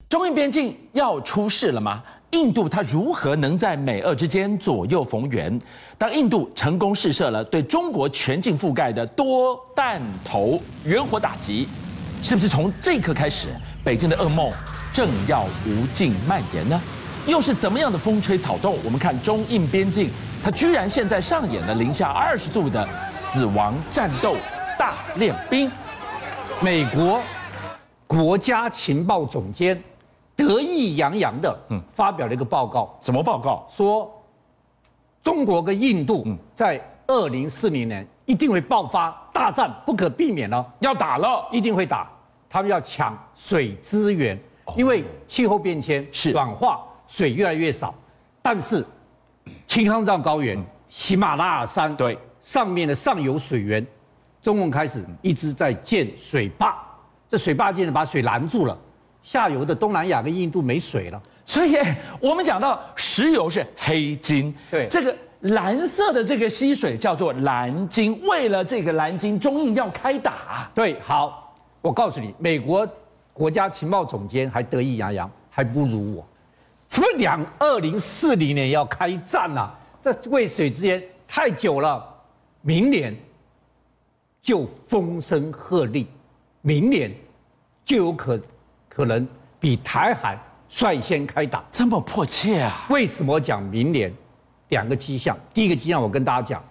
中印边境要出事了吗？印度它如何能在美俄之间左右逢源？当印度成功试射了对中国全境覆盖的多弹头远火打击，是不是从这一刻开始，北京的噩梦正要无尽蔓延呢？又是怎么样的风吹草动？我们看中印边境，它居然现在上演了零下20度的死亡战斗大练兵。 美国国家情报总监得意洋洋的发表了一个报告， 什么报告？ 说中国跟印度在2040年一定会爆发大战，不可避免了， 要打了， 一定会打。他们要抢水资源，因为气候变迁是暖化，水越来越少。但是青藏藏高原、喜马拉雅山对上面的上游水源，中共开始一直在建水坝，这水坝建的把水拦住了。下游的东南亚跟印度没水了， 所以我们讲到石油是黑金， 对， 这个蓝色的这个溪水叫做蓝金，为了这个蓝金，中印要开打。 对，好，我告诉你，美国国家情报总监还得意洋洋，还不如我，什么2040年要开战啊？这渭水之间太久了，明年就风声鹤唳，明年就有可能比台海率先开打， 这么迫切啊？ 为什么讲明年？两个迹象，第一个迹象我跟大家讲，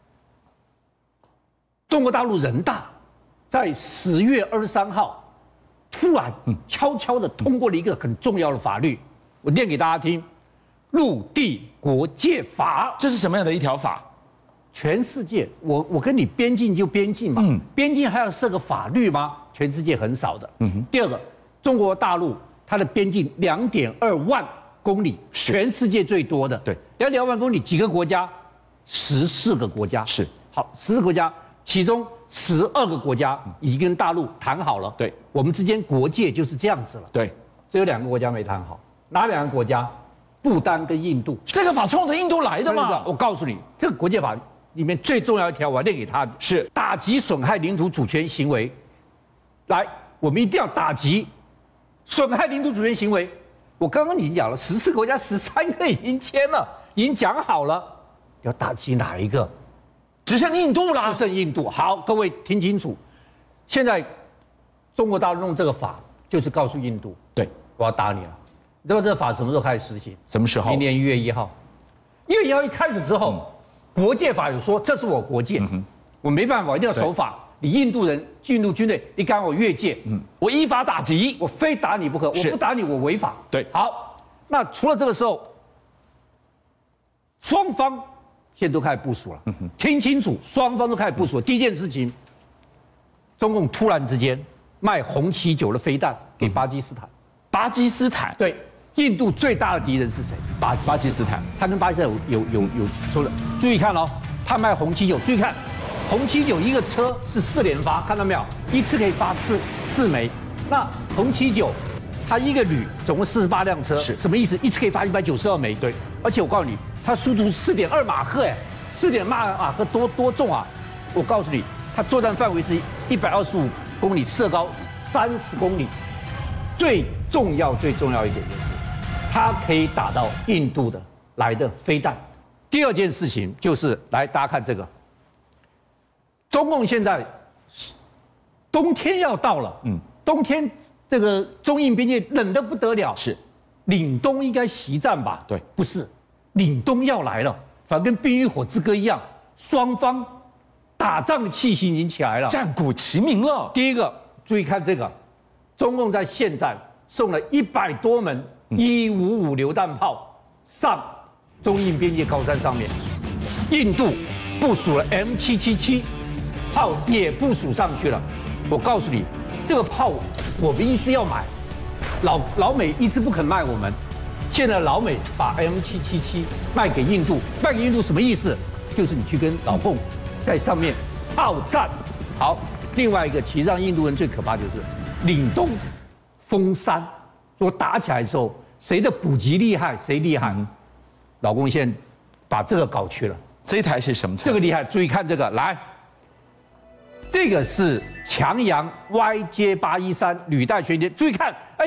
中国大陆人大在10月23号突然悄悄地通过了一个很重要的法律，我念给大家听：陆地国界法。 这是什么样的一条法？ 全世界，我跟你边境就边境嘛，边境还要设个法律吗？全世界很少的。第二个，中国大陆它的边境2.2万公里，全世界最多的。 对 ，2.2万公里，几个国家？14个国家。 是。 好，14个国家，其中12个国家已经跟大陆谈好了。 对， 我们之间国界就是这样子了。 对， 只有2个国家没谈好，哪2个国家？不丹跟印度。 这个法冲着印度来的嘛？ 我告诉你，这个国界法里面最重要一条，我要念给他， 是打击损害领土主权行为。来，我们一定要打击损害领土主权行为。我刚刚已经讲了，14个国家13个已经签了，已经讲好了，要打击哪一个？ 只剩印度啦， 只剩印度。好，各位听清楚，现在中国大陆弄这个法，就是告诉印度， 对， 我要打你了。你知道这个法什么时候开始实行？ 什么时候？ 明年1月1号。1月1号一开始之后，国界法有说这是我国界，我没办法，我一定要守法。你印度人进入军队，你敢我越界， 我依法打击， 我非打你不可，我不打你我违法。 对， 好，那除了这个时候，双方现在都开始部署了。听清楚，双方都开始部署了。第一件事情，中共突然之间卖红旗9的飞弹给巴基斯坦。 巴基斯坦， 对，印度最大的敌人是谁？ 巴基斯坦， 他跟巴基斯坦有说的，注意看哦，他卖红旗9，注意看。红旗9一个车是4连发，看到没有？一次可以发4枚。那红旗9，它一个旅总共48辆车， 是什么意思？一次可以发192枚。 对， 而且我告诉你，它速度4.2马赫，4.2马赫多重啊！我告诉你，它作战范围是125公里，射高30公里。最重要一点就是，它可以打到印度的来的飞弹。第二件事情就是，来大家看这个。中共现在冬天要到了，冬天这个中印边界冷得不得了， 是， 凛冬应该习战吧？ 对， 不是，凛冬要来了，反正跟《冰与火之歌》一样，双方打仗的气息已经起来了， 战鼓齐鸣了。 第一个，注意看这个，中共在现在送了100多门155榴弹炮上中印边界高山上面，印度部署了 M777。炮也部署上去了，我告诉你，这个炮我们一直要买，老美一直不肯卖我们，现在老美把 M777卖给印度，卖给印度什么意思？就是你去跟老共在上面炮战。好，另外一个其实让印度人最可怕就是凛冬风山，说打起来的时候谁的补给厉害谁厉害，老共现在把这个搞去了。 这一台是什么车？ 这个厉害，注意看这个来。这个是强阳 YJ813履带全碟，注意看，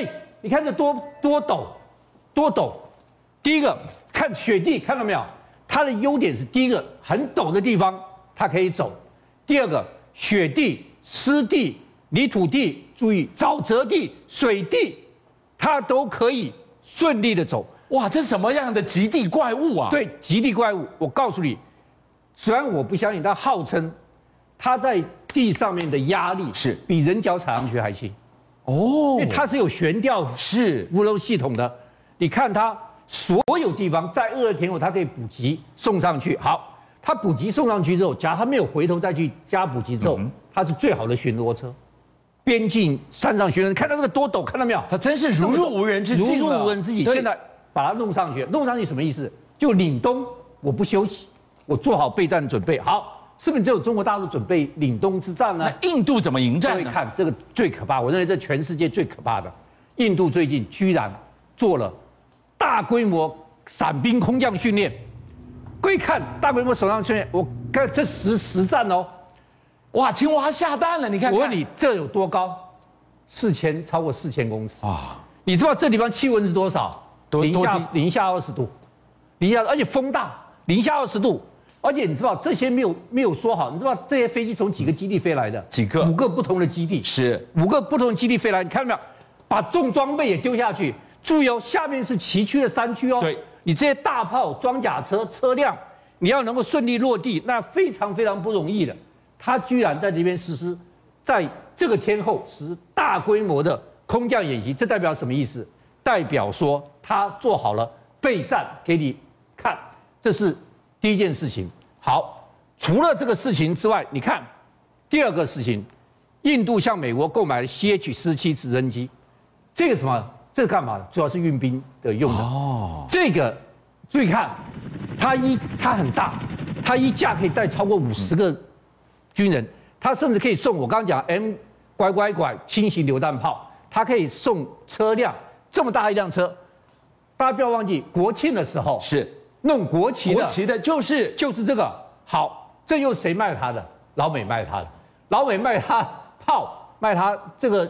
你看这多陡。第一个看雪地，看到没有？它的优点是第一个很陡的地方它可以走，第二个雪地、湿地、泥土地，注意沼泽地、水地，它都可以顺利的走。 哇，这是什么样的极地怪物啊？ 对，极地怪物，我告诉你，虽然我不相信，但号称它在地上面的压力是比人脚踩上去还轻。 哦， 因为它是有悬吊是浮楼系统的。你看它所有地方在2、2天后，它可以补给送上去。好，它补给送上去之后，假如它没有回头再去加补给之后，它是最好的巡逻车。边境山上巡逻，看到这个多陡，看到没有？ 它真是如入无人之境如入无人之境。现在把它弄上去，弄上去什么意思？就凛冬我不休息，我做好备战准备。好。是不是只有中国大陆准备凛冬之战呢？ 那印度怎么迎战呢？ 各位看这个最可怕，我认为这全世界最可怕的，印度最近居然做了大规模伞兵空降训练。各位看大规模手上训练，我看这实战哦， 哇，青蛙下蛋了！你看， 我问你这有多高超过4000公尺啊！ 你知道这地方气温是多少？零下20度，而且风大，零下20度。而且你知道这些没有说好，你知道这些飞机从几个基地飞来的？ 几个 ？5个不同的基地， 是 5个不同的基地飞来，你看到没有？把重装备也丢下去，注意哦，下面是崎岖的山区哦。 对， 你这些大炮、装甲车辆，你要能够顺利落地，那非常非常不容易的。他居然在这边实施，在这个天候实施大规模的空降演习，这代表什么意思？代表说他做好了备战给你看，这是第一件事情。好，除了这个事情之外，你看第二个事情，印度向美国购买了 CH-47直升机，这个什么？这个干嘛的？主要是运兵的用的。哦，这个注意看，它很大，它一架可以带超过50个军人，它甚至可以送我刚刚讲 M 轻型榴弹炮，它可以送车辆这么大一辆车。大家不要忘记，国庆的时候是。 弄国旗的就是这个。好，这又谁卖他的？老美卖他的，老美卖他炮，卖他这个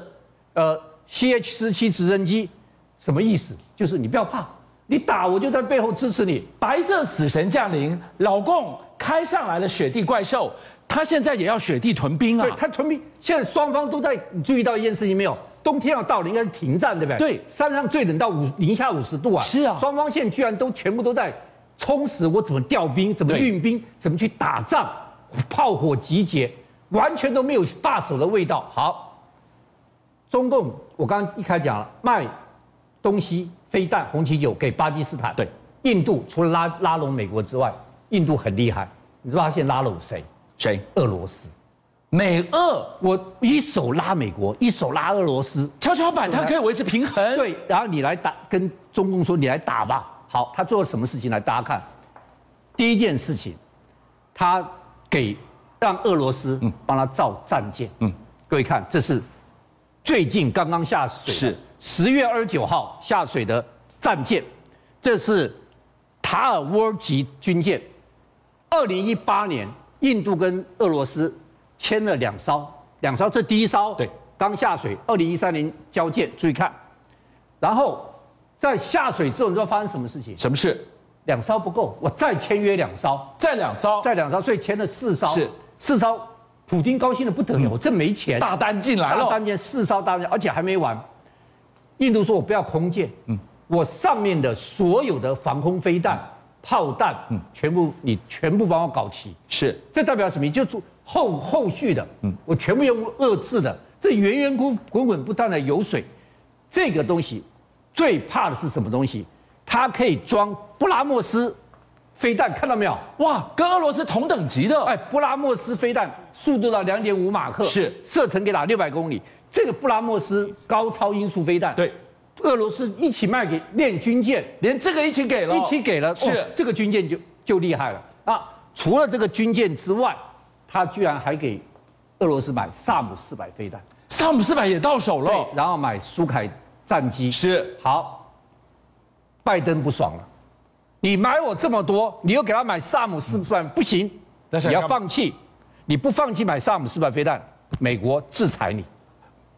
CH-47直升机，什么意思？就是你不要怕，你打我就在背后支持你。 白色死神降临，老共开上来了雪地怪兽，他现在也要雪地屯兵啊。 对，他屯兵，现在双方都在。你注意到一件事情没有？冬天要到了，应该是停战，对不对？ 对， 山上最冷到零下50度啊。 是啊， 双方现在居然全部都在。充实我怎么调兵，怎么运兵，怎么去打仗，炮火集结，完全都没有罢手的味道。好，中共我刚刚一开始讲了，卖东西飞弹、红旗九给巴基斯坦。 对， 印度除了拉拢美国之外，印度很厉害。你知道他现在拉拢谁？ 谁？ 俄罗斯。 美俄， 我一手拉美国，一手拉俄罗斯， 跷跷板它可以维持平衡。 对，然后你来打，跟中共说你来打吧。好，他做了什么事情来？大家看，第一件事情，他让俄罗斯帮他造战舰。各位看，这是最近刚刚下水，是10月29号下水的战舰，这是塔尔沃级军舰。2018年，印度跟俄罗斯签了2艘，这第一艘对刚下水，2013年交舰，注意看，然后。在下水之后，你知道发生什么事情？ 什么事 ？2艘不够，我再签约2艘， 再2艘， 所以签了4艘。 是 4艘，普丁高兴的不得了，我真没钱。 大单进来了， 大单进4艘大单，而且还没完。印度说我不要空舰，我上面的所有的防空飞弹、炮弹，你全部帮我搞齐。 是， 这代表什么？就是后续的，我全部用遏制的，这源滚不断的有水，这个东西。最怕的是什么东西？它可以装布拉莫斯飞弹，看到没有？ 哇，跟俄罗斯同等级的。 布拉莫斯飞弹速度到2.5马克， 是射程可以达600公里。这个布拉莫斯高超音速飞弹， 对， 俄罗斯一起卖给练军舰， 连这个一起给了， 是这个军舰就厉害了啊！除了这个军舰之外，他居然还给俄罗斯买萨姆400飞弹， 萨姆400也到手了， 对，然后买苏凯战机。 是好，拜登不爽了，你买我这么多，你又给他买萨姆400，不行，你要放弃，你不放弃买萨姆400飞弹，美国制裁你。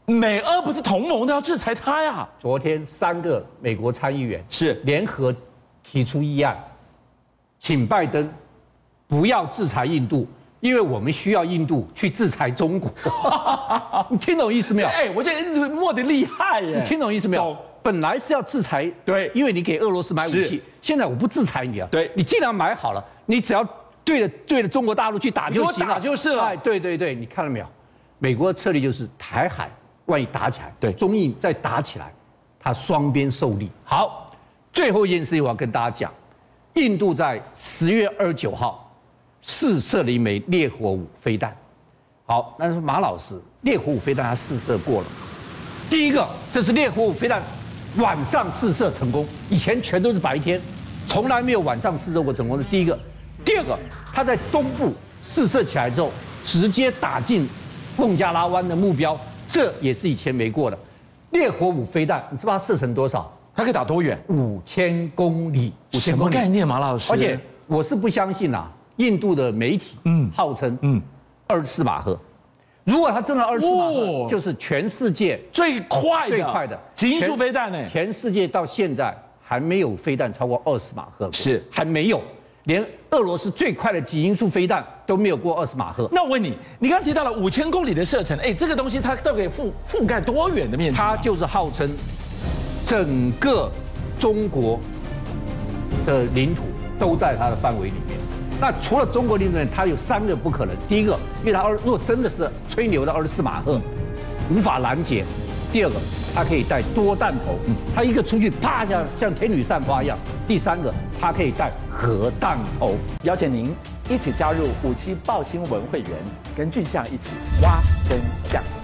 美俄不是同盟的，要制裁他呀。 昨天3个美国参议员是联合提出议案，请拜登不要制裁印度，因为我们需要印度去制裁中国。你听懂意思没有？ 哎，我觉得印度默的厉害耶。 你听懂意思没有？本来是要制裁， 对， 因为你给俄罗斯买武器，现在我不制裁你了， 对， 你既然买好了，你只要对着中国大陆去打就行了， 打就是了。 哎，对，你看到没有？美国的策略就是台海万一打起来， 对， 中印再打起来，它双边受利。好，最后一件事情我要跟大家讲，印度在10月29号试射了一枚烈火5飞弹。好，但是马老师，烈火5飞弹它试射过了。第一个，这是烈火5飞弹晚上试射成功，以前全都是白天，从来没有晚上试射过成功的。第一个，第二个，它在东部试射起来之后，直接打进孟加拉湾的目标，这也是以前没过的。烈火5飞弹，你知道它射程多少？ 它可以打多远 ？5000公里。 什么概念，马老师？ 而且我是不相信啊，印度的媒体号称24马赫。如果它真的24马赫，就是全世界最快的极音速飞弹呢。 全世界到现在还没有飞弹超过20马赫， 是还没有，连俄罗斯最快的极音速飞弹都没有过20马赫。 那我问你，你刚刚提到了5000公里的射程，哎，这个东西它都可以覆盖多远的面积？ 它就是号称整个中国的领土都在它的范围里面。那除了中国领土，它有3个不可能。第一个，因为它如果真的是吹牛的24马赫，无法拦截；第二个，它可以带多弹头，它一个出去啪一下像天女散花一样；第三个，它可以带核弹头。 邀请您一起加入57爆新闻会员，跟俊相一起挖真相。